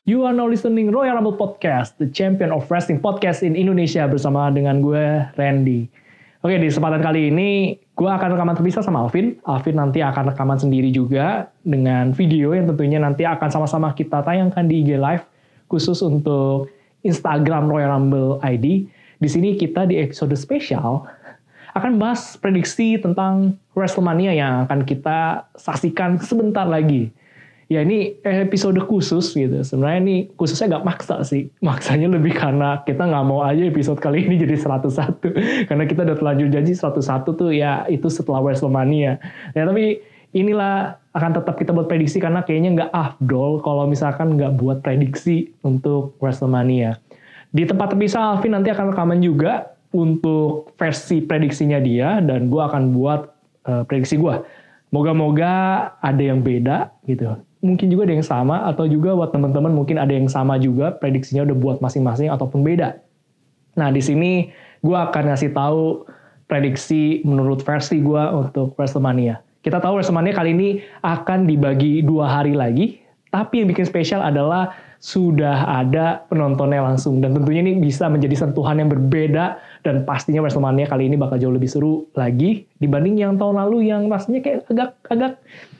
You are now listening Royal Rumble Podcast, the champion of wrestling podcast in Indonesia bersama dengan gue, Randy. Oke, di kesempatan kali ini gue akan rekaman terpisah sama Alvin. Alvin nanti akan rekaman sendiri juga dengan video yang tentunya nanti akan sama-sama kita tayangkan di IG Live khusus untuk Instagram Royal Rumble ID. Di sini kita di episode spesial akan bahas prediksi tentang WrestleMania yang akan kita saksikan sebentar lagi. Ya ini episode khusus gitu. Sebenarnya ini khususnya gak maksa sih. Maksanya lebih karena kita gak mau aja episode kali ini jadi 101. Karena kita udah terlanjur janji 101 tuh ya itu setelah WrestleMania. Ya tapi inilah akan tetap kita buat prediksi karena kayaknya gak afdol kalau misalkan gak buat prediksi untuk WrestleMania. Di tempat terpisah Alvin nanti akan rekaman juga untuk versi prediksinya dia. Dan gue akan buat prediksi gue. Moga-moga ada yang beda gitu. Mungkin juga ada yang sama, atau juga buat teman-teman mungkin ada yang sama juga, prediksinya udah buat masing-masing ataupun beda. Nah di sini gue akan ngasih tahu prediksi menurut versi gue untuk WrestleMania. Kita tahu WrestleMania kali ini akan dibagi 2 hari lagi, tapi yang bikin spesial adalah sudah ada penontonnya langsung, dan tentunya ini bisa menjadi sentuhan yang berbeda, dan pastinya WrestleMania kali ini bakal jauh lebih seru lagi dibanding yang tahun lalu yang rasanya kayak agak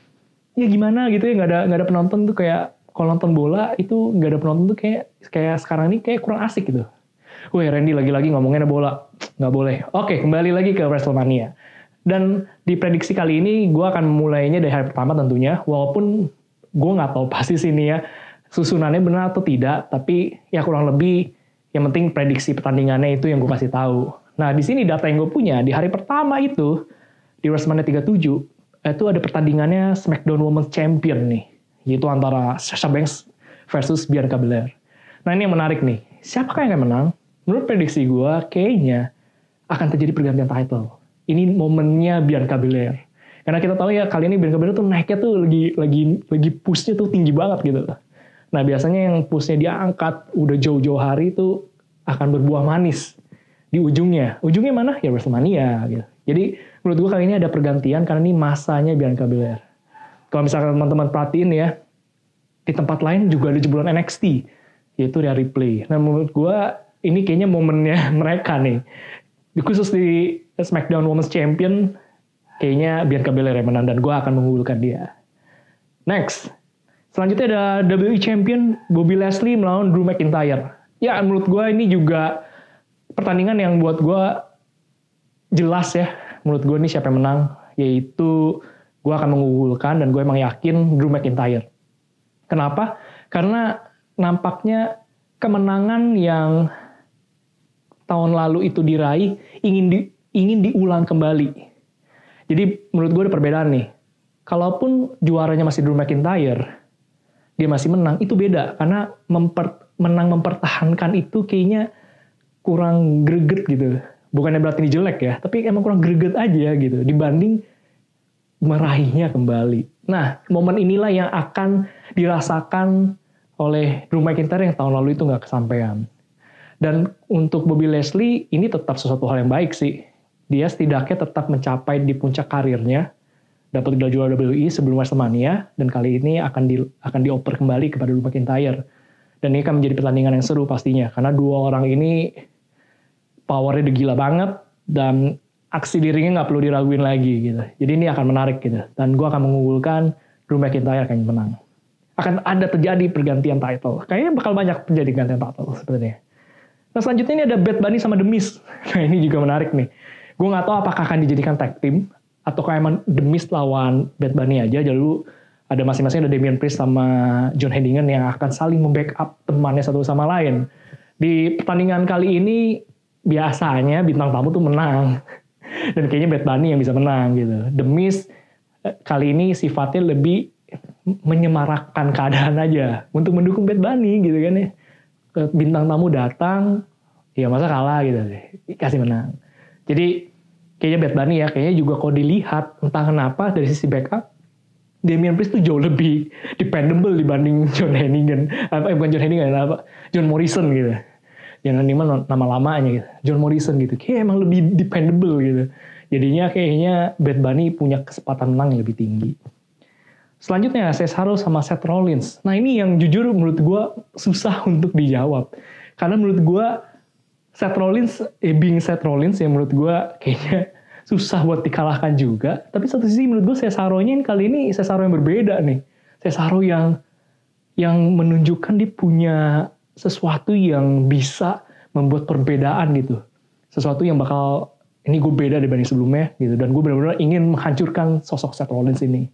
ya gimana gitu ya, nggak ada penonton tuh. Kayak kalau nonton bola itu nggak ada penonton tuh kayak sekarang ini kayak kurang asik gitu. Wih Randy lagi-lagi ngomongin bola, nggak boleh. Oke, kembali lagi ke WrestleMania. Dan di prediksi kali ini gue akan memulainya dari hari pertama tentunya, walaupun gue nggak tahu pasti sini ya susunannya benar atau tidak, tapi ya kurang lebih yang penting prediksi pertandingannya itu yang gue kasih tahu. Nah di sini data yang gue punya di hari pertama itu di WrestleMania 37 itu ada pertandingannya SmackDown Women's Champion nih, yaitu antara Sasha Banks versus Bianca Belair. Nah ini yang menarik nih, siapakah yang akan menang? Menurut prediksi gue, kayaknya akan terjadi pergantian title. Ini momennya Bianca Belair. Karena kita tahu ya kali ini Bianca Belair tuh naiknya tuh lagi pushnya tuh tinggi banget gitu. Nah biasanya yang pushnya dia angkat udah jauh-jauh hari itu akan berbuah manis di ujungnya. Ujungnya mana? Ya WrestleMania gitu. Jadi menurut gue kali ini ada pergantian karena ini masanya Bianca Belair. Kalau misalkan teman-teman perhatiin ya, di tempat lain juga ada jebolan NXT, yaitu Rhea Ripley. Nah menurut gue ini kayaknya momennya mereka nih. Khusus di SmackDown Women's Champion, kayaknya Bianca Belair yang menang dan gue akan mengunggulkan dia. Next, selanjutnya ada WWE Champion Bobby Lashley melawan Drew McIntyre. Ya menurut gue ini juga pertandingan yang buat gue jelas ya, menurut gue ini siapa yang menang, yaitu gue akan mengunggulkan dan gue emang yakin Drew McIntyre. Kenapa? Karena nampaknya kemenangan yang tahun lalu itu diraih ingin diulang kembali. Jadi menurut gue ada perbedaan nih. Kalaupun juaranya masih Drew McIntyre, dia masih menang, itu beda. Karena menang mempertahankan itu kayaknya kurang greget gitu. Bukannya berarti ini jelek ya, tapi emang kurang greget aja gitu dibanding meraihnya kembali. Nah, momen inilah yang akan dirasakan oleh Drew McIntyre yang tahun lalu itu nggak kesampaian. Dan untuk Bobby Lashley ini tetap sesuatu hal yang baik sih. Dia setidaknya tetap mencapai di puncak karirnya, dapat gelar juara WWE sebelum WrestleMania, dan kali ini akan dioper kembali kepada Drew McIntyre. Dan ini akan menjadi pertandingan yang seru pastinya, karena dua orang ini powernya udah gila banget, dan aksi dirinya nggak perlu diraguin lagi gitu. Jadi ini akan menarik gitu. Dan gue akan mengunggulkan Drew McIntyre akan menang. Akan ada terjadi pergantian title. Kayaknya bakal banyak terjadi pergantian title sebenarnya. Nah selanjutnya ini ada Bad Bunny sama The Miz. Nah ini juga menarik nih. Gue nggak tahu apakah akan dijadikan tag team atau kayak emang The Miz lawan Bad Bunny aja. Lalu ada masing-masing ada Damian Priest sama John Hennigan yang akan saling membackup temannya satu sama lain. Di pertandingan kali ini biasanya bintang tamu tuh menang. Dan kayaknya Bad Bunny yang bisa menang gitu. The Miz kali ini sifatnya lebih menyemarakkan keadaan aja untuk mendukung Bad Bunny gitu kan ya. Bintang tamu datang, ya masa kalah gitu deh. Kasih menang. Jadi kayaknya Bad Bunny ya, kayaknya juga kalau dilihat entah kenapa dari sisi backup, Damian Priest tuh jauh lebih dependable dibanding John Hennigan. Bukan John Hennigan, John Morrison gitu. Jangan nama lamanya gitu. John Morrison gitu. Kayak emang lebih dependable gitu. Jadinya kayaknya Bad Bunny punya kesempatan menang yang lebih tinggi. Selanjutnya Cesaro sama Seth Rollins. Nah ini yang jujur menurut gue susah untuk dijawab. Karena menurut gue Seth Rollins, being Seth Rollins ya menurut gue kayaknya susah buat dikalahkan juga. Tapi satu sisi menurut gue Cesaro-nya kali ini Cesaro yang berbeda nih. Cesaro yang menunjukkan dia punya sesuatu yang bisa membuat perbedaan gitu. Sesuatu yang bakal, ini gue beda dibanding sebelumnya gitu. Dan gue benar-benar ingin menghancurkan sosok Seth Rollins ini.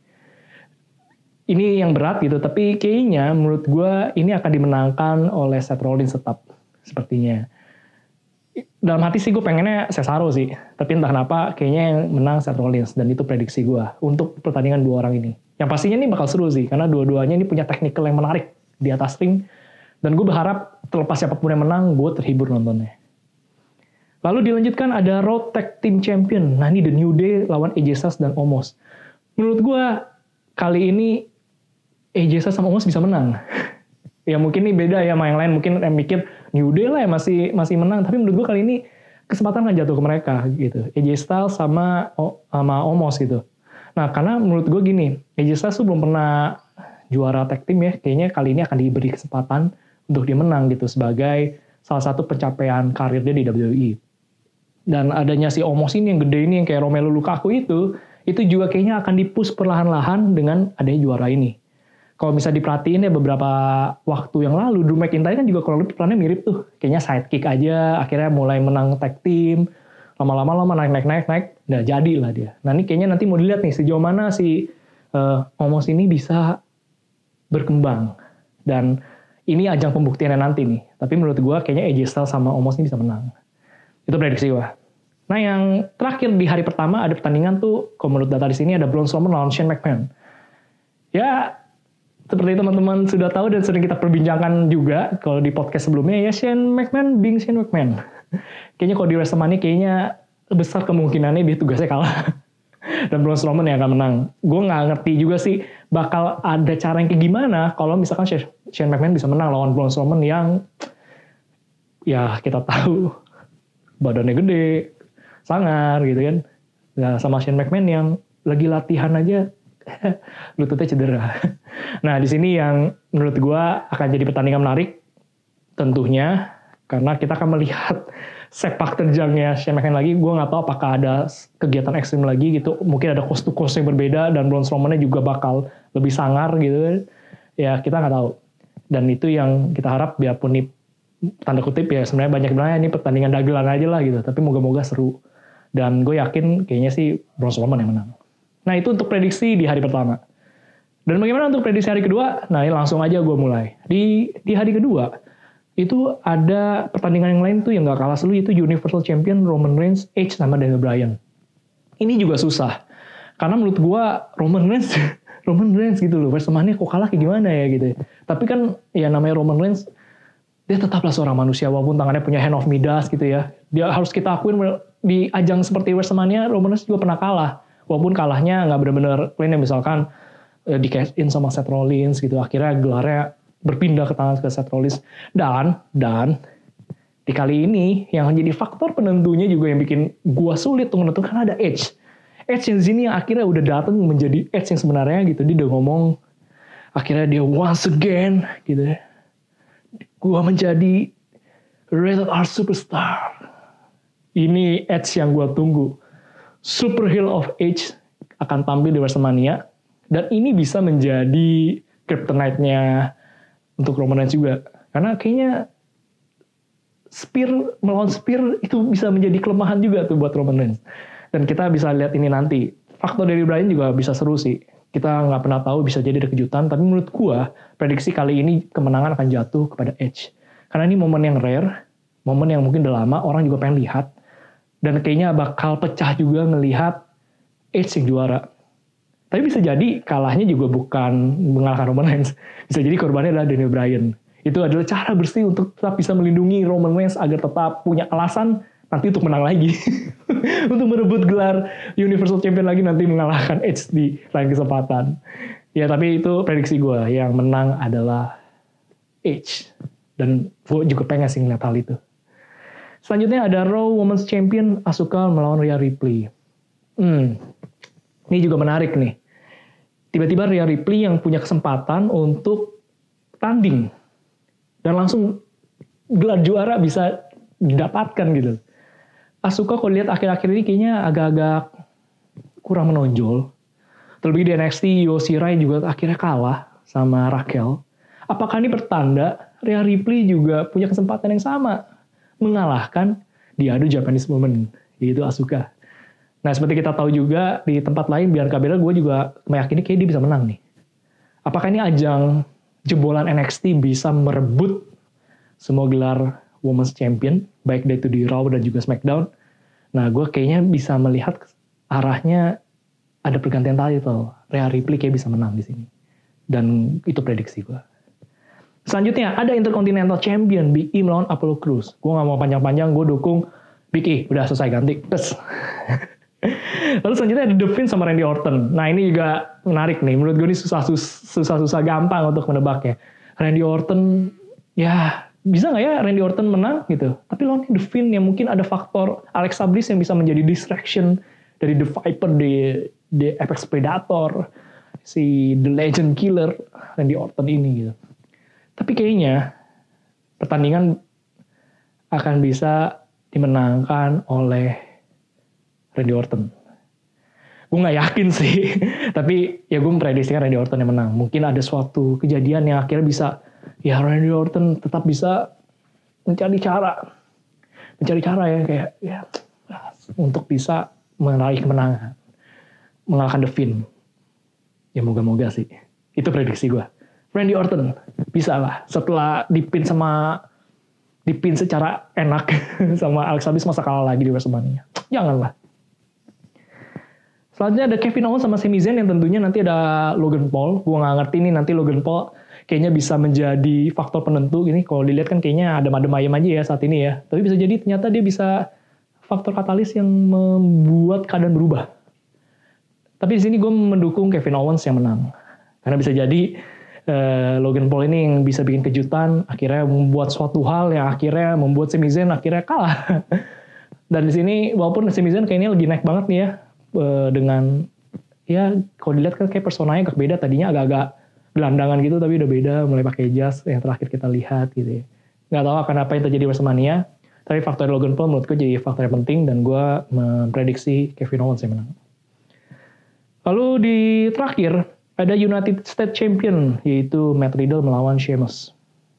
Ini yang berat gitu, tapi kayaknya menurut gue ini akan dimenangkan oleh Seth Rollins tetap sepertinya. Dalam hati sih gue pengennya Cesaro sih, tapi entah kenapa kayaknya yang menang Seth Rollins, dan itu prediksi gue untuk pertandingan dua orang ini. Yang pastinya ini bakal seru sih, karena dua-duanya ini punya technical yang menarik di atas ring, dan gue berharap terlepas siapapun yang menang, gue terhibur nontonnya. Lalu dilanjutkan ada Raw Tag Team Champion, nah ini The New Day lawan AJ Styles dan Omos. Menurut gue kali ini AJ Styles sama Omos bisa menang. Ya mungkin ini beda ya sama yang lain, mungkin yang mikir New Day lah ya masih menang, tapi menurut gue kali ini kesempatan akan jatuh ke mereka gitu. AJ Styles sama Omos gitu. Nah karena menurut gue gini, AJ Styles tuh belum pernah juara tag team ya, kayaknya kali ini akan diberi kesempatan untuk dia menang gitu sebagai salah satu pencapaian karir dia di WWE. Dan adanya si Omos ini yang gede ini yang kayak Romelu Lukaku itu juga kayaknya akan dipush perlahan-lahan dengan adanya juara ini. Kalau bisa diperhatiin ya beberapa waktu yang lalu, Drew McIntyre kan juga kalau lebih perannya mirip tuh. Kayaknya sidekick aja, akhirnya mulai menang tag team, lama-lama naik, nah jadilah dia. Nah ini kayaknya nanti mau dilihat nih sejauh mana si Omos ini bisa berkembang. Dan ini ajang pembuktiannya nanti nih. Tapi menurut gue kayaknya AJ Styles sama Omos ini bisa menang. Itu prediksi gue. Nah yang terakhir di hari pertama ada pertandingan tuh, kalau menurut data di sini ada Braun Strowman lawan Shane McMahon. Ya seperti teman-teman sudah tahu dan sering kita perbincangkan juga kalau di podcast sebelumnya ya Shane McMahon being Shane McMahon. Kayaknya kalau di WrestleMania kayaknya besar kemungkinannya dia tugasnya kalah. Dan Braun Strowman yang akan menang. Gue nggak ngerti juga sih bakal ada cara yang kayak gimana kalau misalkan Shane McMahon bisa menang lawan Braun Strowman yang ya kita tahu badannya gede, sangar gitu kan. Nah, sama Shane McMahon yang lagi latihan aja lututnya cedera. Nah, di sini yang menurut gue akan jadi pertandingan menarik tentunya karena kita akan melihat sepak terjangnya Shane McMahon lagi. Gue nggak tahu apakah ada kegiatan ekstrim lagi gitu. Mungkin ada cost-to-cost yang berbeda dan Braun Strowman-nya juga bakal lebih sangar gitu. Ya, kita nggak tahu. Dan itu yang kita harap biarpun ini tanda kutip ya sebenarnya banyak bilangnya ini pertandingan dagelan aja lah gitu. Tapi moga-moga seru. Dan gue yakin kayaknya sih Braun Strowman yang menang. Nah itu untuk prediksi di hari pertama. Dan bagaimana untuk prediksi hari kedua? Nah ini langsung aja gue mulai. Di hari kedua, itu ada pertandingan yang lain tuh yang gak kalah seru, itu Universal Champion Roman Reigns, Edge sama Daniel Bryan. Ini juga susah. Karena menurut gue Roman Reigns gitu loh, WrestleMania kok kalah kayak gimana ya gitu. Tapi kan ya namanya Roman Reigns, dia tetaplah seorang manusia walaupun tangannya punya hand of Midas gitu ya. Dia harus kita akuin di ajang seperti WrestleMania, Roman Reigns juga pernah kalah. Walaupun kalahnya nggak benar-benar clean ya, misalkan di cash in sama Seth Rollins gitu, akhirnya gelarnya berpindah ke tangan ke Seth Rollins. Dan di kali ini yang menjadi faktor penentunya juga yang bikin gua sulit untuk menentukan karena ada Edge yang di sini yang akhirnya udah datang menjadi Edge yang sebenarnya gitu. Dia udah ngomong akhirnya dia once again gitu ya, gua menjadi Rated R Superstar. Ini Edge yang gua tunggu. Super Heel of Edge akan tampil di WrestleMania dan ini bisa menjadi kryptonite-nya untuk Roman Reigns juga karena kayaknya spear melawan spear itu bisa menjadi kelemahan juga tuh buat Roman Reigns dan kita bisa lihat ini nanti. Faktor dari Bryan juga bisa seru sih, kita nggak pernah tahu, bisa jadi ada kejutan. Tapi menurut gua prediksi kali ini kemenangan akan jatuh kepada Edge karena ini momen yang rare, momen yang mungkin udah lama orang juga pengen lihat. Dan kayaknya bakal pecah juga ngelihat Edge yang juara. Tapi bisa jadi kalahnya juga bukan mengalahkan Roman Reigns. Bisa jadi korbannya adalah Daniel Bryan. Itu adalah cara bersih untuk tetap bisa melindungi Roman Reigns agar tetap punya alasan nanti untuk menang lagi. Untuk merebut gelar Universal Champion lagi nanti mengalahkan Edge di lain kesempatan. Ya tapi itu prediksi gue. Yang menang adalah Edge. Dan gue juga pengen sih ngeliat hal itu. Selanjutnya ada Raw Women's Champion Asuka melawan Rhea Ripley. Ini juga menarik nih. tiba-tiba Rhea Ripley yang punya kesempatan untuk tanding dan langsung gelar juara bisa didapatkan gitu. Asuka kalau lihat akhir-akhir ini kayaknya agak-agak kurang menonjol. Terlebih di NXT, Io Shirai juga akhirnya kalah sama Raquel. Apakah ini pertanda Rhea Ripley juga punya kesempatan yang sama mengalahkan di adu Japanese Woman, yaitu Asuka. Nah, seperti kita tahu juga di tempat lain, Bianca Belair gue juga meyakini kayak dia bisa menang nih. Apakah ini ajang jebolan NXT bisa merebut semua gelar Women's Champion, baik itu di Raw dan juga SmackDown? Nah, gue kayaknya bisa melihat arahnya ada pergantian title. Rhea Ripley kayak bisa menang di sini. Dan itu prediksi gue. Selanjutnya, ada Intercontinental Champion Big E melawan Apollo Crews. Gue gak mau panjang-panjang, gue dukung Big E. Udah selesai ganti. Terus. Lalu selanjutnya ada The Fiend sama Randy Orton. Nah ini juga menarik nih. Menurut gue ini susah gampang untuk menebaknya. Randy Orton, ya bisa gak ya Randy Orton menang gitu. Tapi lawan The Fiend yang mungkin ada faktor Alexa Bliss yang bisa menjadi distraction dari The Viper, The Apex Predator, si The Legend Killer, Randy Orton ini gitu. Tapi kayaknya pertandingan akan bisa dimenangkan oleh Randy Orton. Gue gak yakin sih, tapi ya gue memprediksikan Randy Orton yang menang. Mungkin ada suatu kejadian yang akhirnya bisa, ya Randy Orton tetap bisa mencari cara ya kayak ya untuk bisa meraih kemenangan, mengalahkan The Fiend. Ya moga-moga sih. Itu prediksi gue. Randy Orton bisa lah setelah dipin secara enak sama Alexa Bliss, masa kalah lagi di WrestleMania. Janganlah. Selanjutnya ada Kevin Owens sama Sami Zayn yang tentunya nanti ada Logan Paul. Gue gak ngerti nih nanti Logan Paul kayaknya bisa menjadi faktor penentu ini. Kalau dilihat kan kayaknya adem-adem ayam aja ya saat ini ya. Tapi bisa jadi ternyata dia bisa faktor katalis yang membuat keadaan berubah. Tapi di sini gue mendukung Kevin Owens yang menang. Karena bisa jadi Logan Paul ini yang bisa bikin kejutan, akhirnya membuat suatu hal yang akhirnya membuat Sami Zayn akhirnya kalah. Dan di sini walaupun Sami Zayn kayaknya lagi naik banget nih ya, dengan ya kalau dilihat kan kayak personanya agak beda, tadinya agak-agak gelandangan gitu tapi udah beda, mulai pakai jas yang terakhir kita lihat gitu ya. Nggak tahu akan apa yang terjadi di WrestleMania, tapi faktor Logan Paul menurutku jadi faktor yang penting dan gue memprediksi Kevin Owens yang menang. Lalu di terakhir ada United States Champion, yaitu Matt Riddle melawan Sheamus.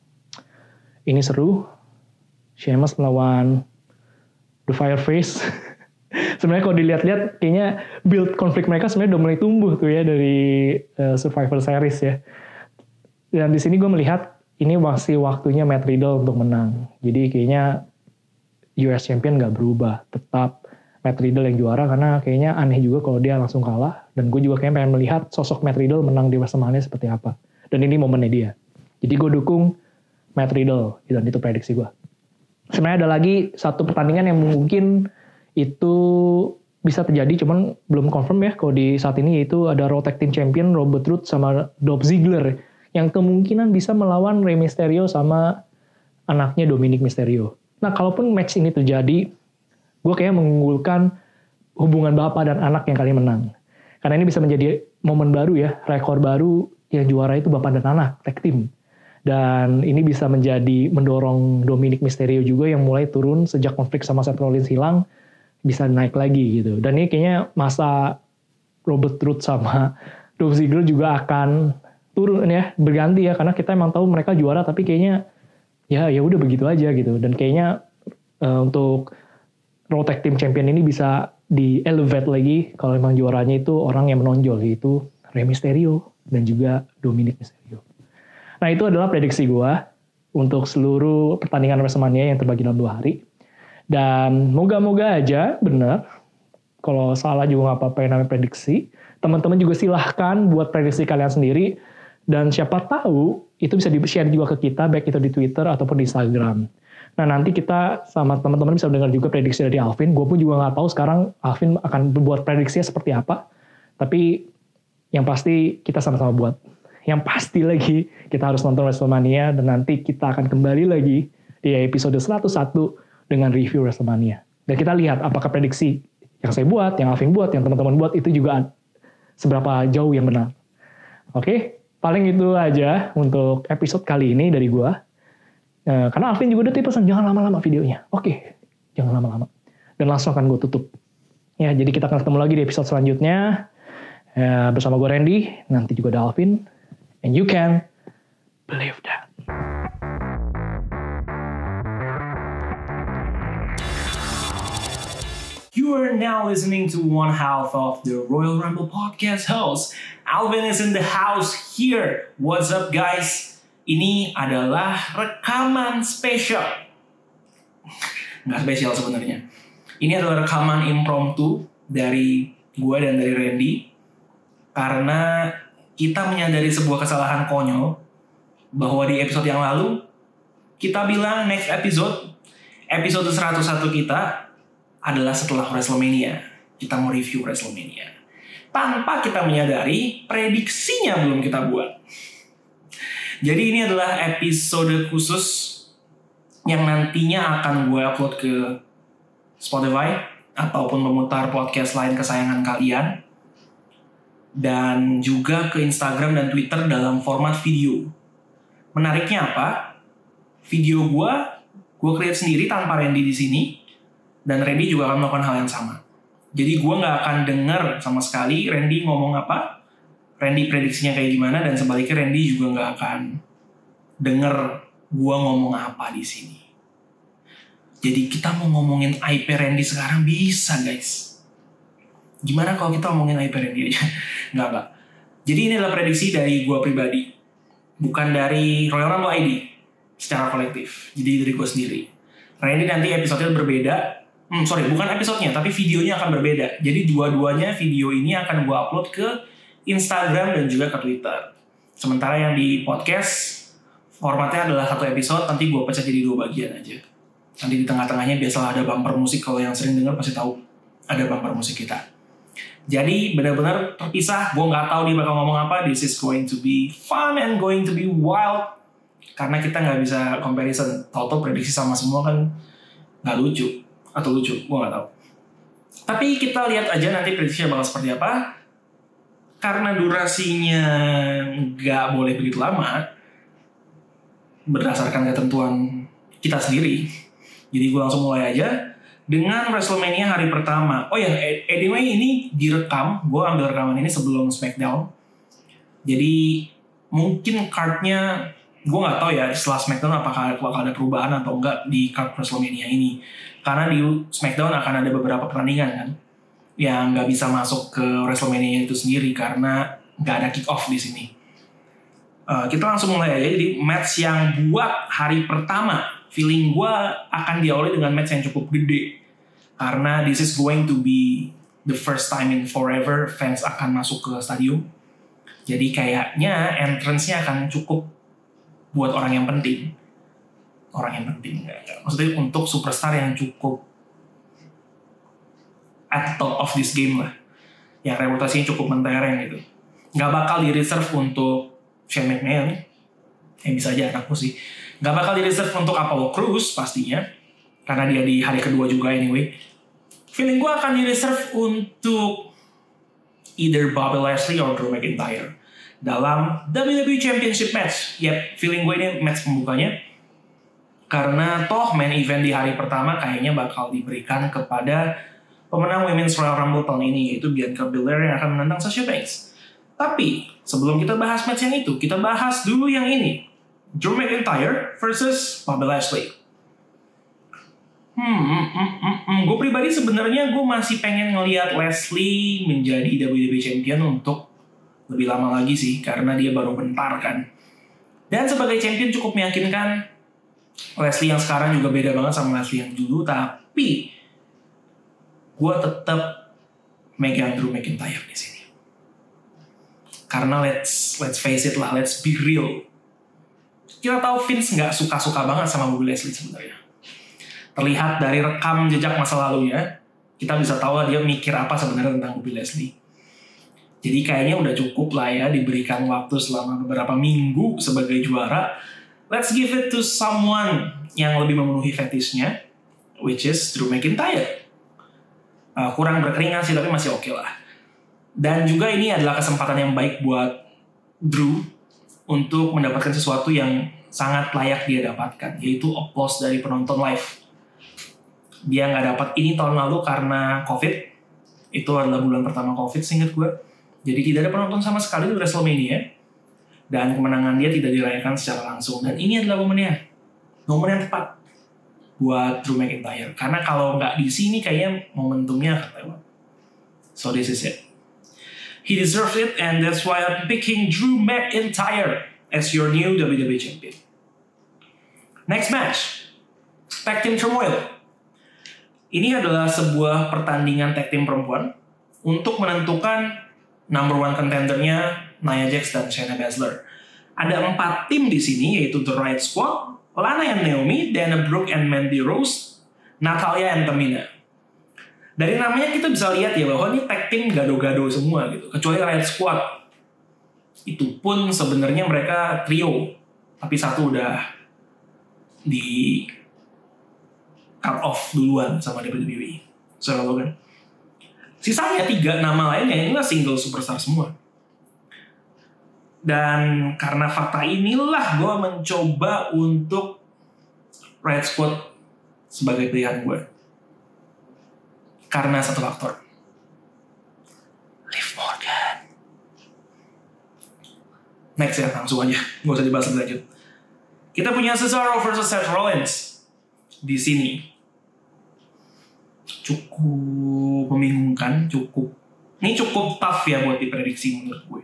Ini seru. Sheamus melawan The Fireface. Sebenarnya kalau dilihat-lihat, kayaknya build konflik mereka sebenarnya udah mulai tumbuh tuh ya dari Survivor Series ya. Dan di sini gue melihat ini masih waktunya Matt Riddle untuk menang. Jadi kayaknya US Champion nggak berubah, tetap Matt Riddle yang juara, karena kayaknya aneh juga kalau dia langsung kalah. Dan gue juga kayaknya pengen melihat sosok Matt Riddle menang di WrestleMania seperti apa. Dan ini momennya dia. Jadi gue dukung Matt Riddle, dan itu prediksi gue. Sebenarnya ada lagi satu pertandingan yang mungkin itu bisa terjadi, cuman belum confirm ya kalau di saat ini, yaitu ada Raw Tag Team Champion Robert Roode sama Dolph Ziggler yang kemungkinan bisa melawan Rey Mysterio sama anaknya Dominic Mysterio. Nah, kalaupun match ini terjadi, gue kayak mengunggulkan hubungan bapak dan anak yang kali menang. Karena ini bisa menjadi momen baru ya, rekor baru yang juara itu bapak dan anak, tag team. Dan ini bisa menjadi mendorong Dominic Mysterio juga yang mulai turun sejak konflik sama Seth Rollins hilang, bisa naik lagi gitu. Dan ini kayaknya masa Robert Roode sama Dolph Ziggler juga akan turun ya, berganti ya, karena kita emang tahu mereka juara, tapi kayaknya ya udah begitu aja gitu. Dan kayaknya untuk Raw Tag Team Champion ini bisa di-elevate lagi kalau memang juaranya itu orang yang menonjol, yaitu Rey Mysterio dan juga Dominic Mysterio. Nah itu adalah prediksi gue untuk seluruh pertandingan WrestleMania yang terbagi dalam 2 hari. Dan moga-moga aja benar. Kalau salah juga gak apa-apa yang namanya prediksi. Teman-teman juga silahkan buat prediksi kalian sendiri. Dan siapa tahu itu bisa di-share juga ke kita, baik itu di Twitter ataupun di Instagram. Nah nanti kita sama teman-teman bisa mendengar juga prediksi dari Alvin. Gue pun juga nggak tahu sekarang Alvin akan buat prediksinya seperti apa. Tapi yang pasti kita sama-sama buat. Yang pasti lagi kita harus nonton WrestleMania dan nanti kita akan kembali lagi di episode 101 dengan review WrestleMania. Dan kita lihat apakah prediksi yang saya buat, yang Alvin buat, yang teman-teman buat itu juga seberapa jauh yang benar. Oke, paling itu aja untuk episode kali ini dari gue. Karena Alvin juga udah pesan jangan lama-lama videonya. Oke, jangan lama-lama. Dan langsung akan gue tutup. Ya, jadi kita akan ketemu lagi di episode selanjutnya. Bersama gue Randy, nanti juga ada Alvin. And you can believe that. You are now listening to one half of the Royal Rumble podcast host. Alvin is in the house here. What's up guys? Ini adalah rekaman spesial. Nggak spesial sebenarnya. Ini adalah rekaman impromptu dari gue dan dari Randy. Karena kita menyadari sebuah kesalahan konyol. Bahwa di episode yang lalu, kita bilang next episode 101 kita adalah setelah WrestleMania. Kita mau review WrestleMania. Tanpa kita menyadari, prediksinya belum kita buat. Jadi ini adalah episode khusus yang nantinya akan gue upload ke Spotify ataupun memutar podcast lain kesayangan kalian. Dan juga ke Instagram dan Twitter dalam format video. Menariknya apa? Video gue create sendiri tanpa Randy di sini. Dan Randy juga akan melakukan hal yang sama. Jadi gue gak akan denger sama sekali Randy ngomong apa, Randy prediksinya kayak gimana, dan sebaliknya Randy juga gak akan denger gue ngomong apa di sini. Jadi kita mau ngomongin IP Randy sekarang bisa guys. Gimana kalau kita ngomongin IP Randy aja? Enggak. Jadi ini adalah prediksi dari gue pribadi. Bukan dari Royal Rumble ID secara kolektif. Jadi dari gue sendiri. Randy nanti episode-nya berbeda. Bukan episodenya, tapi videonya akan berbeda. Jadi dua-duanya video ini akan gue upload ke Instagram dan juga ke Twitter. Sementara yang di podcast, formatnya adalah satu episode, nanti gue pecah jadi 2 bagian aja. Nanti di tengah-tengahnya biasalah ada bumper musik, kalau yang sering dengar pasti tahu ada bumper musik kita. Jadi benar-benar terpisah, gue gak tahu dia bakal ngomong apa, this is going to be fun and going to be wild. Karena kita gak bisa comparison, tahu-tahu prediksi sama semua kan gak lucu. Atau lucu, gue gak tahu. Tapi kita lihat aja nanti prediksinya bakal seperti apa. Karena durasinya gak boleh begitu lama, berdasarkan ketentuan kita sendiri. Jadi gue langsung mulai aja dengan WrestleMania hari pertama. Oh ya, anyway ini direkam. Gue ambil rekaman ini sebelum SmackDown. Jadi mungkin cardnya, gue gak tahu ya setelah SmackDown apakah ada perubahan atau enggak di card WrestleMania ini. Karena di SmackDown akan ada beberapa pertandingan kan yang nggak bisa masuk ke WrestleMania itu sendiri karena nggak ada kick off di sini. Kita langsung mulai aja. Jadi match yang buat hari pertama, feeling gue akan diawali dengan match yang cukup gede karena this is going to be the first time in forever fans akan masuk ke stadium. Jadi kayaknya entrance-nya akan cukup buat orang yang penting. Maksudnya untuk superstar yang cukup at top of this game lah, yang reputasinya cukup mentereng gitu. Gak bakal di reserve untuk Shane McMahon, bisa aja anakku sih. Gak bakal di reserve untuk Apollo Crews pastinya, karena dia di hari kedua juga anyway. Feeling gue akan di reserve untuk either Bobby Lashley or Drew McIntyre dalam WWE Championship match. Yep, feeling gue ini match pembukanya. Karena toh main event di hari pertama kayaknya bakal diberikan kepada pemenang Women's Royal Rumble tahun ini, yaitu Bianca Belair yang akan menantang Sasha Banks. Tapi sebelum kita bahas match yang itu, kita bahas dulu yang ini. Drew McIntyre versus Bobby Lashley. Gue pribadi sebenarnya gue masih pengen ngelihat Lashley menjadi WWE Champion untuk lebih lama lagi sih, karena dia baru bentar kan. Dan sebagai champion cukup meyakinkan. Lashley yang sekarang juga beda banget sama Lashley yang dulu, tapi gue tetap megang Drew McIntyre di sini. Karena let's face it lah, let's be real. Kita tahu Vince nggak suka-suka banget sama Bobby Lashley sebenarnya. Terlihat dari rekam jejak masa lalunya, kita bisa tahu dia mikir apa sebenarnya tentang Bobby Lashley. Jadi kayaknya udah cukup lah ya diberikan waktu selama beberapa minggu sebagai juara. Let's give it to someone yang lebih memenuhi fetishnya, which is Drew McIntyre. Kurang berkeringat sih, tapi masih oke lah. Dan juga ini adalah kesempatan yang baik buat Drew untuk mendapatkan sesuatu yang sangat layak dia dapatkan, yaitu applause dari penonton live. Dia nggak dapat ini tahun lalu karena COVID. Itu adalah bulan pertama COVID seingat gue. Jadi tidak ada penonton sama sekali di WrestleMania. Dan kemenangan dia tidak dirayakan secara langsung. Dan ini adalah momennya. Momen yang tepat buat Drew McIntyre. Karena kalau nggak di sini kayaknya momentumnya akan lewat. So this is it. He deserves it, and that's why I'm picking Drew McIntyre as your new WWE Champion. Next match, Tag Team Turmoil. Ini adalah sebuah pertandingan tag team perempuan untuk menentukan number one contendernya Nia Jax dan Shayna Baszler. Ada 4 tim di sini, yaitu The Riot Squad, Lana and Naomi, Dana Brooke and Mandy Rose, Natalya and Tamina. Dari namanya kita bisa lihat ya bahwa ini tag team gado-gado semua gitu. Kecuali Riot Squad. Itu pun sebenarnya mereka trio. Tapi satu udah di cut off duluan sama WWE. Sarah Logan. Sisanya 3 nama lainnya inilah single superstar semua. Dan karena fakta inilah gue mencoba untuk Riot Squad sebagai pilihan gue. Karena satu faktor. Liv Morgan. Next ya, langsung aja. Gak usah dibahas lebih lanjut. Kita punya Cesaro versus Seth Rollins di sini. Cukup membingungkan, ini cukup tough ya buat diprediksi menurut gue.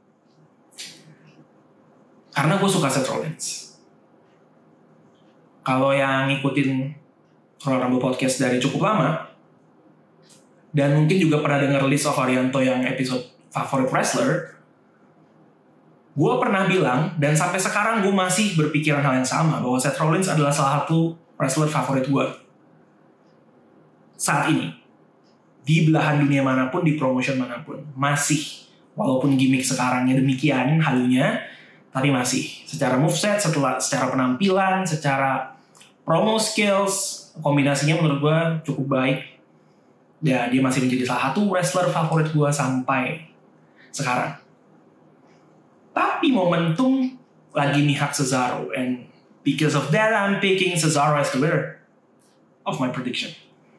Karena gue suka Seth Rollins. Kalau yang ngikutin Royal Rumble Podcast dari cukup lama, dan mungkin juga pernah dengar list of Arianto yang episode favorit wrestler, gue pernah bilang, dan sampai sekarang gue masih berpikiran hal yang sama, bahwa Seth Rollins adalah salah satu wrestler favorit gue. Saat ini, di belahan dunia manapun, di promotion manapun, masih, walaupun gimmick sekarangnya demikian halunya, tapi masih. Secara moveset, secara penampilan, secara promo skills, kombinasinya menurut gue cukup baik. Ya, dia masih menjadi salah satu wrestler favorit gue sampai sekarang. Tapi momentum lagi mihak Cesaro, and because of that I'm picking Cesaro as the winner of my prediction.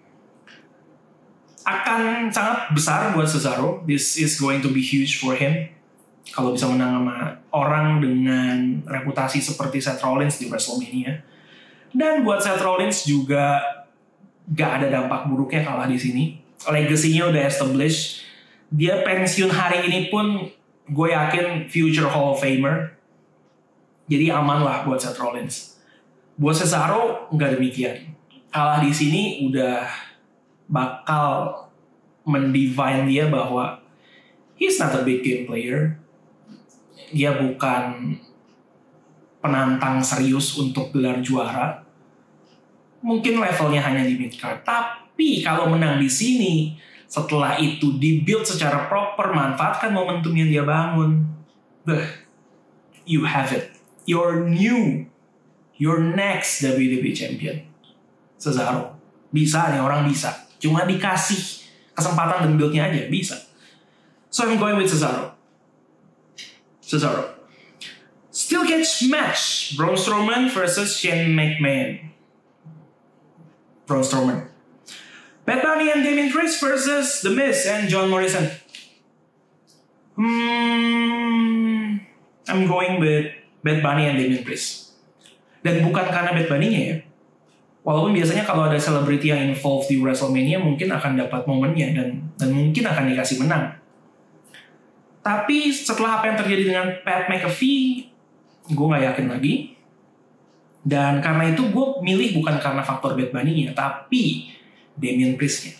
Akan sangat besar buat Cesaro. This is going to be huge for him. Kalau bisa menang sama orang dengan reputasi seperti Seth Rollins di WrestleMania. Dan buat Seth Rollins juga gak ada dampak buruknya kalah di sini. Legacy-nya udah established. Dia pensiun hari ini pun gue yakin future Hall of Famer. Jadi aman lah buat Seth Rollins. Buat Cesaro nggak demikian. Kalah di sini udah bakal mendefine dia bahwa he's not a big game player. Dia bukan penantang serius untuk gelar juara. Mungkin levelnya hanya di mid-card. Tapi kalau menang di sini, setelah itu di-build secara proper, manfaatkan momentum yang dia bangun. You have it. Your next WWE Champion. Cesaro. Bisa nih, orang bisa. Cuma dikasih kesempatan dan build-nya aja, bisa. So I'm going with Cesaro. Steel cage match. Braun Strowman versus Shane McMahon. Braun Strowman. Bad Bunny and Damien Priest versus The Miz and John Morrison. I'm going with Bad Bunny and Damien Priest. Dan bukan karena Bad Bunny-nya ya. Walaupun biasanya kalau ada selebriti yang involved di WrestleMania mungkin akan dapat momennya dan mungkin akan dikasih menang. Tapi setelah apa yang terjadi dengan Pat McAfee, gue gak yakin lagi. Dan karena itu gue milih bukan karena faktor Bad Bunny-nya, tapi Damien Priest-nya.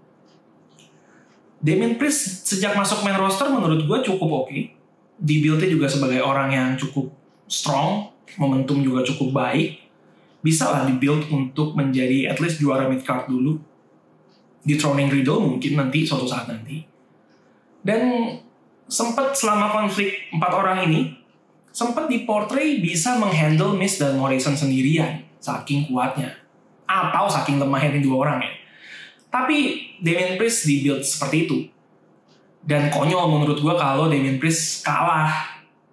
Damien Priest sejak masuk main roster menurut gue cukup oke. Di build-nya juga sebagai orang yang cukup strong, momentum juga cukup baik. Bisa lah di-build untuk menjadi at least juara mid-card dulu. Dethroning Riddle mungkin nanti, suatu saat nanti. Dan sempat selama konflik 4 orang ini, sempat di-portray bisa menghandle Miz dan Morrison sendirian, saking kuatnya. Atau saking lemahnya di 2 orang ya. Tapi Damien Priest di-build seperti itu. Dan konyol menurut gue kalau Damien Priest kalah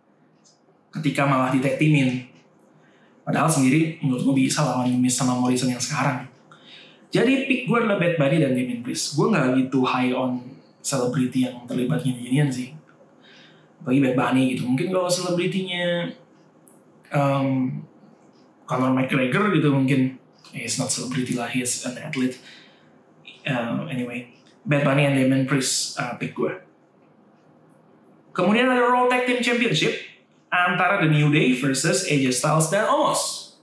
ketika malah di-tag teamin. Padahal sendiri menurut gue bisa lawan Miz sama Morrison yang sekarang. Jadi pick gue adalah Bad Bunny dan Damien Priest. Gue gak gitu high on selebriti yang terlibat gini-ginian sih. Bagi Bad Bunny gitu. Mungkin kalau selebritinya Conor McGregor gitu mungkin. He's not celebrity lah, he's an athlete. Anyway, Bad Bunny and Damien Priest pick gue. Kemudian ada Raw Tag Team Championship antara The New Day versus AJ Styles dan Omos.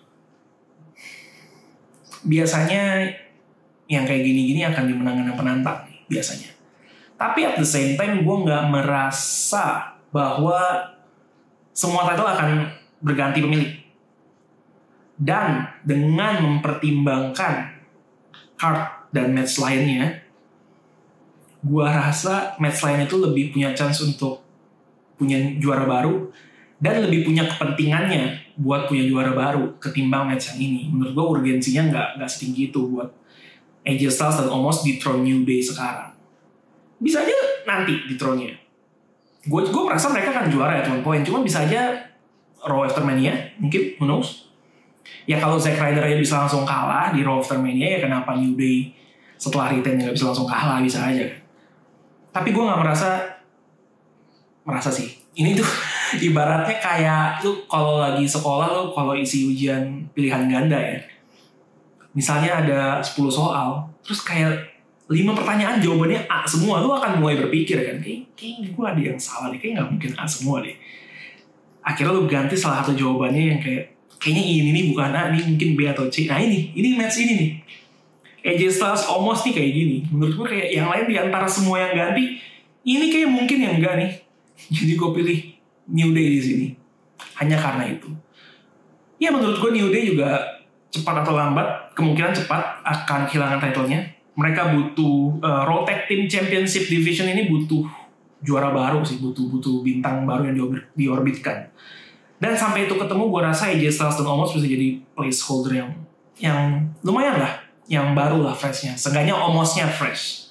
Biasanya yang kayak gini-gini akan dimenangkan penantang nih, biasanya. Tapi at the same time gue nggak merasa bahwa semua title akan berganti pemilik. Dan dengan mempertimbangkan card dan match lainnya, gue rasa match lain itu lebih punya chance untuk punya juara baru dan lebih punya kepentingannya buat punya juara baru ketimbang match yang ini. Menurut gue urgensinya nggak setinggi itu buat AJ Styles dan Omos di throne New Day sekarang. Bisa aja nanti di throne-nya. Gue merasa mereka akan juara at one point. Cuma bisa aja Raw After Mania, mungkin, who knows. Ya kalau Zack Ryder aja bisa langsung kalah di Raw After Mania, ya kenapa New Day setelah retain nggak bisa langsung kalah, bisa aja. Tapi gue nggak merasa sih. Ini tuh ibaratnya kayak lu kalau lagi sekolah, lu kalau isi ujian pilihan ganda ya. Misalnya ada 10 soal, terus kayak 5 pertanyaan jawabannya A semua, lu akan mulai berpikir kan, kayaknya gue ada yang salah deh, kayaknya nggak mungkin A semua deh. Akhirnya lu ganti salah satu jawabannya yang kayaknya ini nih bukan A, ini mungkin B atau C. Nah ini match ini nih. AJ Styles Omos nih kayak gini. Menurut gue kayak yang lain di antara semua yang ganti, ini kayak mungkin yang enggak nih. Jadi gue pilih New Day di sini. Hanya karena itu. Ya menurut gue New Day juga cepat atau lambat, kemungkinan cepat akan kehilangan title-nya. Mereka butuh Raw Tag Team Championship Division ini butuh juara baru sih, butuh bintang baru yang diorbitkan. Dan sampai itu ketemu, gue rasa AJ Styles dan Omos bisa jadi placeholder yang lumayan lah, yang baru lah freshnya. Seenggaknya Omosnya fresh.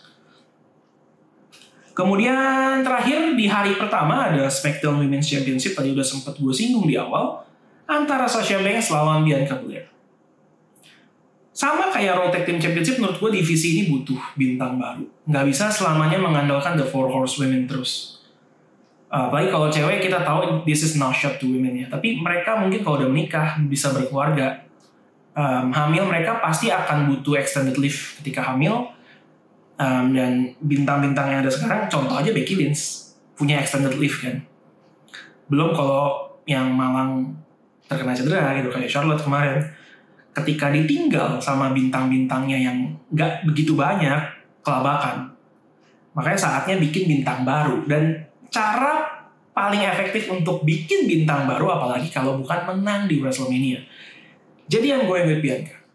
Kemudian terakhir di hari pertama ada SmackDown Women's Championship, tadi udah sempat gue singgung di awal, antara Sasha Banks lawan Bianca Belair. Sama kayak Raw Tag Team Championship, menurut gue divisi ini butuh bintang baru. Nggak bisa selamanya mengandalkan The Four Horsewomen terus. Apalagi kalau cewek kita tahu this is no shot to women ya. Tapi mereka mungkin kalau udah menikah, bisa berkeluarga, hamil, mereka pasti akan butuh extended leave ketika hamil. Dan bintang-bintang yang ada sekarang, contoh aja Becky Lynch, punya extended leave kan. Belum kalau yang malang terkena cedera gitu, kayak Charlotte kemarin. Ketika ditinggal sama bintang-bintangnya yang gak begitu banyak, kelabakan. Makanya saatnya bikin bintang baru. Dan cara paling efektif untuk bikin bintang baru, apalagi kalau bukan menang di WrestleMania. Jadi yang gue ingat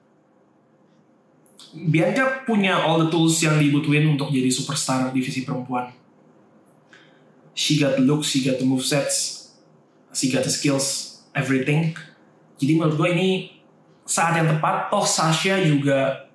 Bianca punya all the tools yang dibutuhin untuk jadi superstar divisi perempuan. She got the looks, she got the movesets, she got the skills, everything. Jadi menurut gue ini saat yang tepat. Toh Sasha juga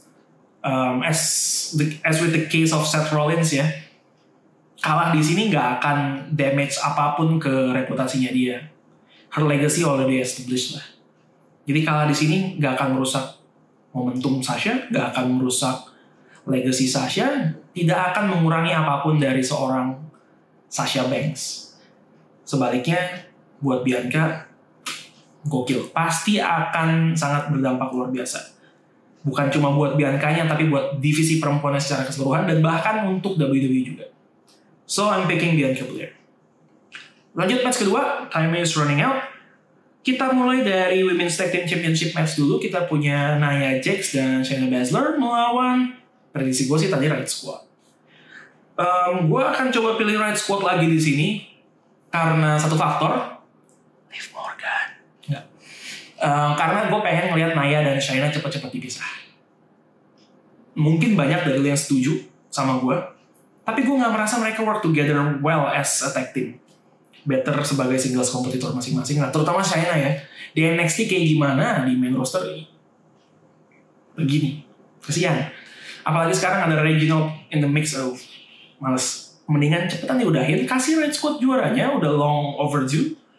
as with the case of Seth Rollins ya, kalah di sini nggak akan damage apapun ke reputasinya dia. Her legacy already established lah. Jadi kalah di sini nggak akan merusak momentum Sasha, nggak akan merusak legacy Sasha, tidak akan mengurangi apapun dari seorang Sasha Banks. Sebaliknya buat Bianca gokil, pasti akan sangat berdampak luar biasa. Bukan cuma buat Biancanya, tapi buat divisi perempuannya secara keseluruhan, dan bahkan untuk WWE juga. So I'm picking Bianca Belair. Lanjut match kedua, time is running out. Kita mulai dari Women's Tag Team Championship match dulu. Kita punya Nia Jax dan Shayna Baszler melawan, prediksi gue sih tadi Riot Squad. Gue akan coba pilih Riot Squad lagi di sini karena satu faktor, Liv Morgan. Karena gue pengen ngeliat Nia dan Shayna cepet-cepet dipisah. Mungkin banyak dari yang setuju sama gue, tapi gue gak merasa mereka work together well as a tag team. Better sebagai singles kompetitor masing-masing. Nah, terutama Shayna ya, di NXT kayak gimana, di main roster begini, kesian. Apalagi sekarang ada Reginald in the mix. Males. Mendingan cepetan diudahin, kasih Riot Squad juaranya, udah long overdue.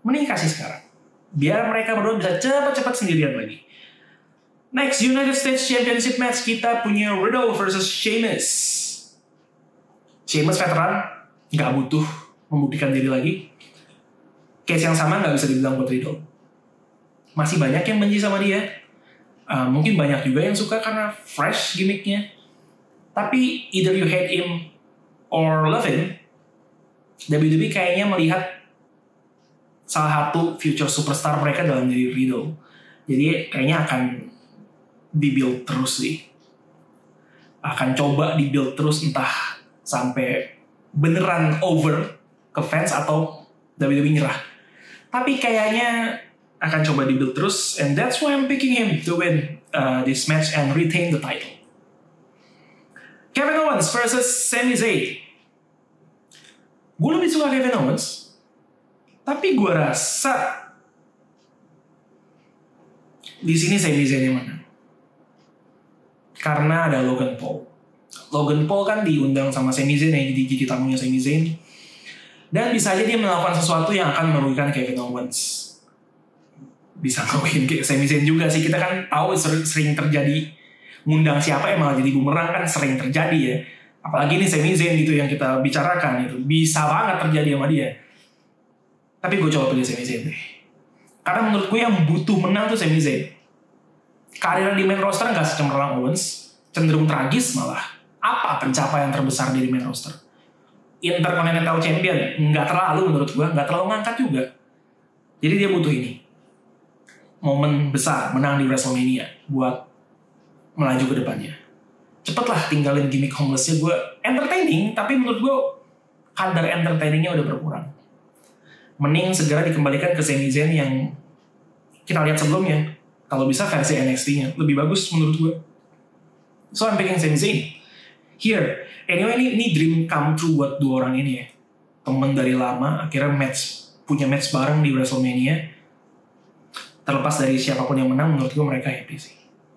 Mending kasih sekarang. Biar mereka berdua bisa cepat-cepat sendirian lagi. Next, United States Championship match kita punya Riddle versus Sheamus. Sheamus veteran, nggak butuh membuktikan diri lagi. Case yang sama nggak bisa dibilang buat Riddle. Masih banyak yang benci sama dia. Mungkin banyak juga yang suka karena fresh gimmicknya. Tapi either you hate him or love him, WWE kayaknya melihat salah satu future superstar mereka dalam diri Riddle. Jadi kayaknya akan dibuild terus sih. Akan coba dibuild terus entah sampai beneran over ke fans atau WWE nyerah. Tapi kayaknya akan coba dibuild terus, and that's why I'm picking him to win this match and retain the title. Kevin Owens versus Sami Zayn. Gue lebih suka Kevin Owens, tapi gue rasa di sini Sami Zayn yang menang. Karena ada Logan Paul. Logan Paul kan diundang sama Sami Zayn yang jadi tamunya Sami Zayn. Dan bisa aja dia melakukan sesuatu yang akan merugikan Kevin Owens. Bisa ngelakuin kayak Sami Zayn juga sih. Kita kan tahu sering terjadi ngundang siapa yang malah jadi bumerang kan sering terjadi ya. Apalagi nih Sami Zayn gitu yang kita bicarakan itu. Bisa banget terjadi sama dia. Tapi gue coba pilih Sami Zayn deh. Karena menurut gue yang butuh menang tuh Sami Zayn. Karir di main roster gak secemerlang Owens. Cenderung tragis malah. Apa pencapaian terbesar di main roster? Intercontinental Champion. Gak terlalu menurut gue. Gak terlalu ngangkat juga. Jadi dia butuh ini. Momen besar menang di WrestleMania. Buat melaju ke depannya. Cepetlah tinggalin gimmick homeless-nya. Gue entertaining. Tapi menurut gue kadar entertainingnya udah berkurang. Mending segera dikembalikan ke Sami Zayn yang kita lihat sebelumnya. Kalau bisa versi NXT-nya lebih bagus menurut gue. So I'm picking Sami Zayn here. Anyway ini dream come true buat dua orang ini ya. Temen dari lama akhirnya punya match bareng di WrestleMania. Terlepas dari siapapun yang menang, menurut gue mereka happy sih.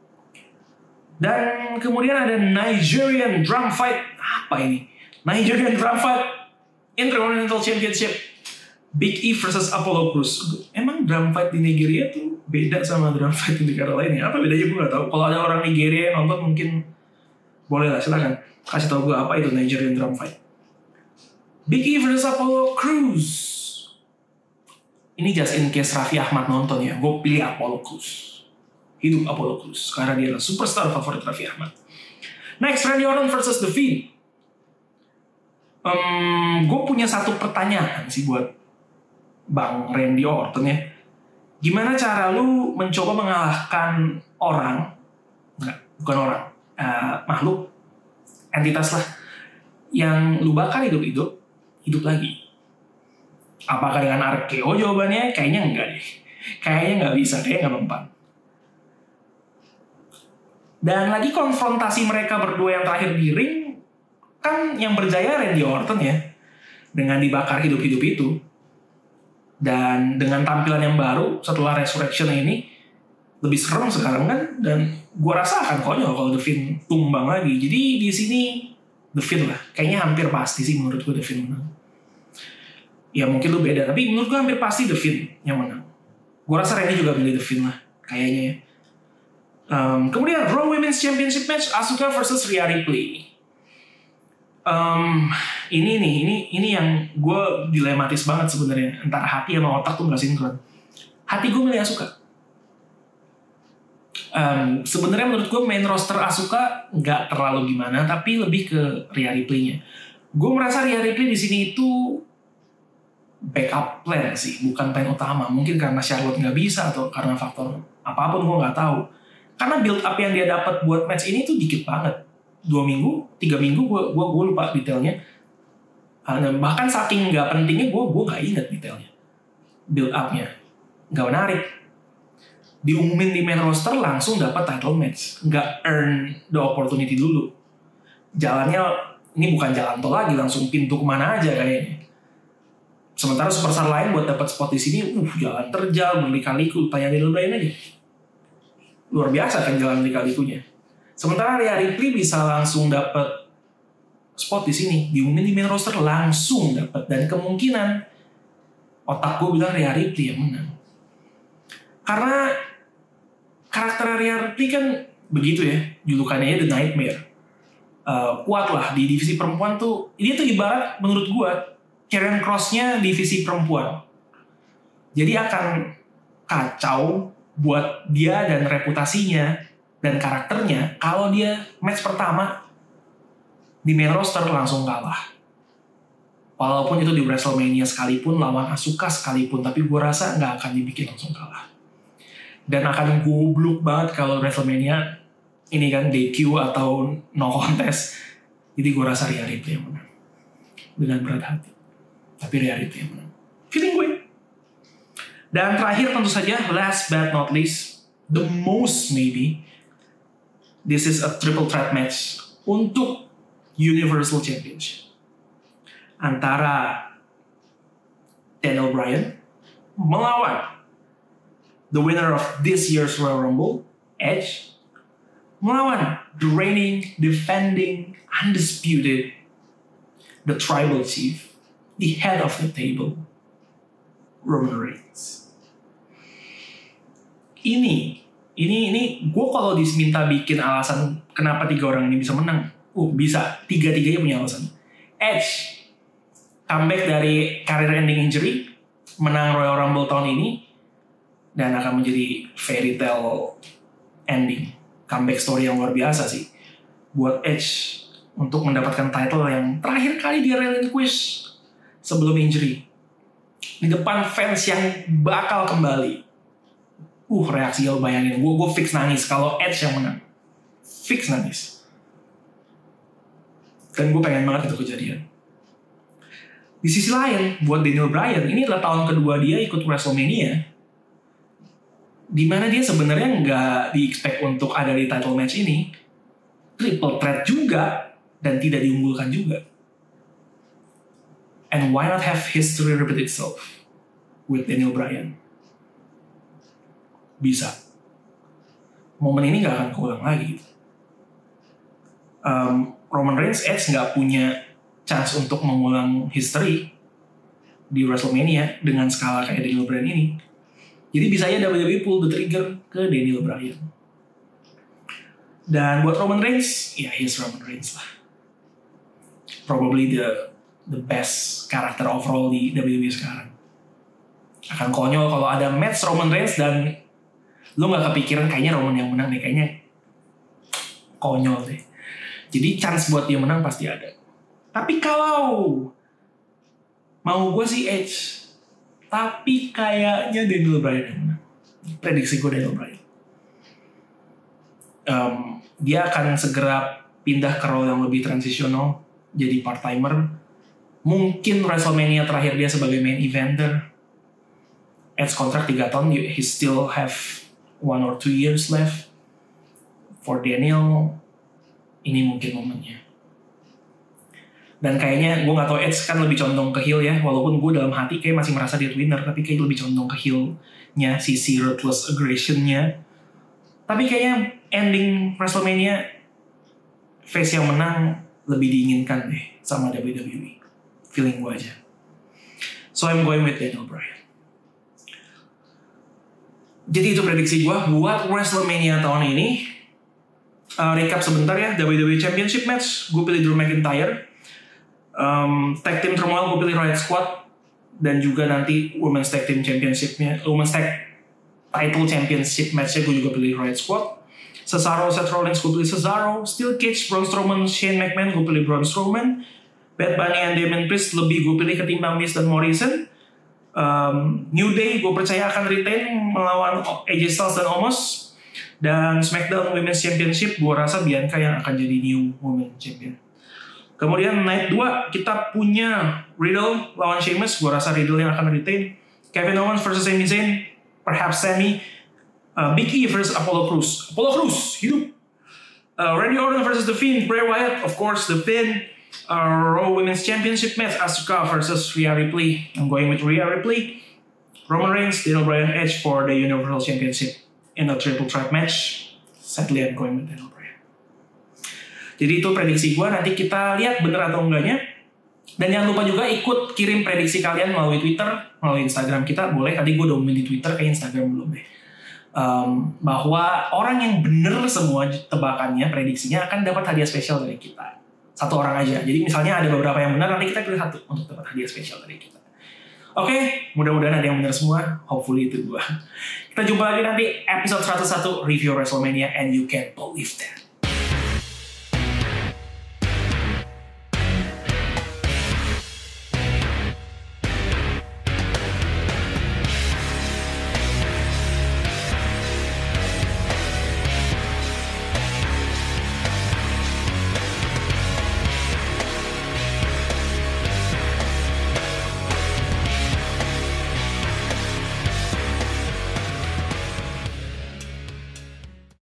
Dan kemudian ada Nigerian Drum Fight. Apa ini? Nigerian Drum Fight Intercontinental Championship. Big E versus Apollo Crews. Emang drum fight di Nigeria tuh beda sama drum fight di negara lainnya? Apa bedanya gue gak tahu. Kalau ada orang Nigeria yang nonton mungkin boleh lah, silakan kasih tahu gue apa itu Nigerian Drum Fight. Big E versus Apollo Crews. Ini just in case Raffi Ahmad nonton ya, gue pilih Apollo Crews. Hidup Apollo Crews karena dia adalah superstar favorit Raffi Ahmad. Next, Randy Orton versus The Fiend. Gue punya satu pertanyaan sih buat Bang Randy Orton ya. Gimana cara lu mencoba mengalahkan orang, bukan orang, makhluk, entitas lah, yang lu bakar hidup lagi. Apakah dengan RKO jawabannya? Kayaknya enggak deh. Kayaknya nggak bisa, kayaknya nggak mempan. Dan lagi konfrontasi mereka berdua yang terakhir di ring, kan yang berjaya Randy Orton ya, dengan dibakar hidup-hidup itu. Dan dengan tampilan yang baru setelah Resurrection ini lebih serem sekarang kan, dan gue rasa akan konyol kalau The Fiend tumbang lagi. Jadi di sini The Fiend lah, kayaknya hampir pasti sih menurut gue The Fiend menang. Ya mungkin lu beda, tapi menurut gue hampir pasti The Fiend yang menang. Gue rasa Randy juga milih The Fiend lah, kayaknya ya. Kemudian Raw Women's Championship match Asuka versus Rhea Ripley. Ini yang gue dilematis banget sebenarnya, antara hati sama otak tuh nggak sinkron. Hati gue milih Asuka. Sebenarnya menurut gue main roster Asuka nggak terlalu gimana, tapi lebih ke Rhea Ripley-nya. Gue merasa Rhea Ripley di sini itu backup plan sih, bukan plan utama. Mungkin karena Charlotte nggak bisa atau karena faktor apapun gue nggak tahu. Karena build up yang dia dapat buat match ini tuh dikit banget. 2 minggu, 3 minggu, gue lupa detailnya. Bahkan saking nggak pentingnya, gue nggak inget detailnya. Build up-nya nggak menarik. Diumumin di main roster langsung dapat title match, nggak earn the opportunity dulu. Jalannya ini bukan jalan tol lagi, langsung pintu kemana aja kayaknya. Sementara superstar lain buat dapat spot di sini, jalan terjal, berlika-liku, tanya Daniel Bryan aja. Luar biasa kan jalan lika-likunya. Sementara Rhea Ripley bisa langsung dapat spot di sini, diumumin di main roster langsung dapat, dan kemungkinan otak gue bilang Rhea Ripley yang menang. Karena karakter Rhea Ripley kan begitu ya, julukannya The Nightmare. Kuat lah di divisi perempuan tuh. Ini tuh ibarat menurut gue Karrion Kross-nya divisi perempuan. Jadi akan kacau buat dia dan reputasinya dan karakternya kalau dia match pertama di main roster langsung kalah. Walaupun itu di WrestleMania sekalipun, lawan Asuka sekalipun, tapi gue rasa nggak akan dibikin langsung kalah. Dan akan goblok banget kalau WrestleMania ini kan DQ atau no contest. Jadi gue rasa Rhea Ripley yang menang. Dengan berat hati. Tapi Rhea Ripley yang menang. Feeling gue. Dan terakhir tentu saja, last but not least, the most maybe, this is a triple threat match untuk Universal Championship. Antara Daniel Bryan melawan the winner of this year's Royal Rumble, Edge, melawan the reigning, defending, undisputed, the Tribal Chief, the head of the table, Roman Reigns. Ini gue kalau diminta bikin alasan kenapa 3 orang ini bisa menang, bisa, 3-3nya punya alasan. Edge comeback dari career ending injury, menang Royal Rumble tahun ini, dan akan menjadi fairy tale ending, comeback story yang luar biasa sih buat Edge untuk mendapatkan title yang terakhir kali dia relinquish sebelum injury di depan fans yang bakal kembali. Reaksi lo bayangin, gue fix nangis kalau Edge yang menang, fix nangis. Dan gue pengen banget itu kejadian. Di sisi lain, buat Daniel Bryan, ini adalah tahun kedua dia ikut WrestleMania, di mana dia sebenarnya nggak di-expect untuk ada di title match ini. Triple threat juga, dan tidak diunggulkan juga. And why not have history repeat itself with Daniel Bryan? Bisa. Momen ini nggak akan keulang lagi. Roman Reigns, Edge nggak punya chance untuk mengulang history di WrestleMania dengan skala kayak Daniel Bryan ini. Jadi bisa aja WWE pull the trigger ke Daniel Bryan. Dan buat Roman Reigns, ya he's Roman Reigns lah. Probably the best character overall di WWE sekarang. Akan konyol kalau ada match Roman Reigns dan lo gak kepikiran kayaknya Roman yang menang deh, kayaknya konyol deh. Jadi chance buat dia menang pasti ada. Tapi kalau mau gue sih Edge, tapi kayaknya Daniel Bryan yang menang. Prediksi gue Daniel Bryan. Dia akan segera pindah ke role yang lebih transisional, jadi part-timer. Mungkin WrestleMania terakhir dia sebagai main eventer. Edge kontrak 3 tahun, he still have 1 or 2 years left. For Daniel, ini mungkin momennya. Dan kayaknya gue gak tau, Edge kan lebih condong ke heel ya, walaupun gue dalam hati kayak masih merasa dia winner, tapi kayak lebih condong ke heel-nya, sisi ruthless aggression-nya. Tapi kayaknya ending WrestleMania, face yang menang lebih diinginkan deh sama WWE. Feeling gue aja. So I'm going with Daniel Bryan. Jadi itu prediksi gue buat WrestleMania tahun ini. Recap sebentar ya, WWE Championship match, gue pilih Drew McIntyre. Tag Team Turmoil gue pilih Riot Squad. Dan juga nanti Women's Tag Team Championship-nya, Women's Tag Title Championship match-nya gue juga pilih Riot Squad. Cesaro, Seth Rollins gue pilih Cesaro. Steel Cage, Braun Strowman, Shane McMahon gue pilih Braun Strowman. Bad Bunny and Damien Priest lebih gue pilih ketimbang Miz dan Morrison. New Day gue percaya akan retain melawan AJ Styles dan Omos. Dan SmackDown Women's Championship gue rasa Bianca yang akan jadi new Women's Champion. Kemudian Night 2 kita punya Riddle lawan Sheamus. Gue rasa Riddle yang akan retain. Kevin Owens versus Sami Zayn, perhaps Sami. Big E versus Apollo Crews. Apollo Crews hidup. Randy Orton versus The Fiend, Bray Wyatt, of course The Fiend. Raw Women's Championship match, Asuka versus Rhea Ripley. I'm going with Rhea Ripley. Roman Reigns, Daniel Bryan, Edge for the Universal Championship in a triple threat match. Sadly I'm going with Daniel Bryan. Jadi itu prediksi gue, nanti kita lihat bener atau enggaknya. Dan jangan lupa juga ikut kirim prediksi kalian melalui Twitter, melalui Instagram kita. Boleh, tadi gue udah ngomongin di Twitter, kayak Instagram belum deh. Bahwa orang yang bener semua tebakannya, prediksinya akan dapat hadiah spesial dari kita. Satu orang aja. Jadi misalnya ada beberapa yang benar, nanti kita pilih satu untuk dapat hadiah spesial dari kita. Oke, mudah-mudahan ada yang benar semua. Hopefully itu gue. Kita jumpa lagi nanti episode 101 Review WrestleMania and you can believe that.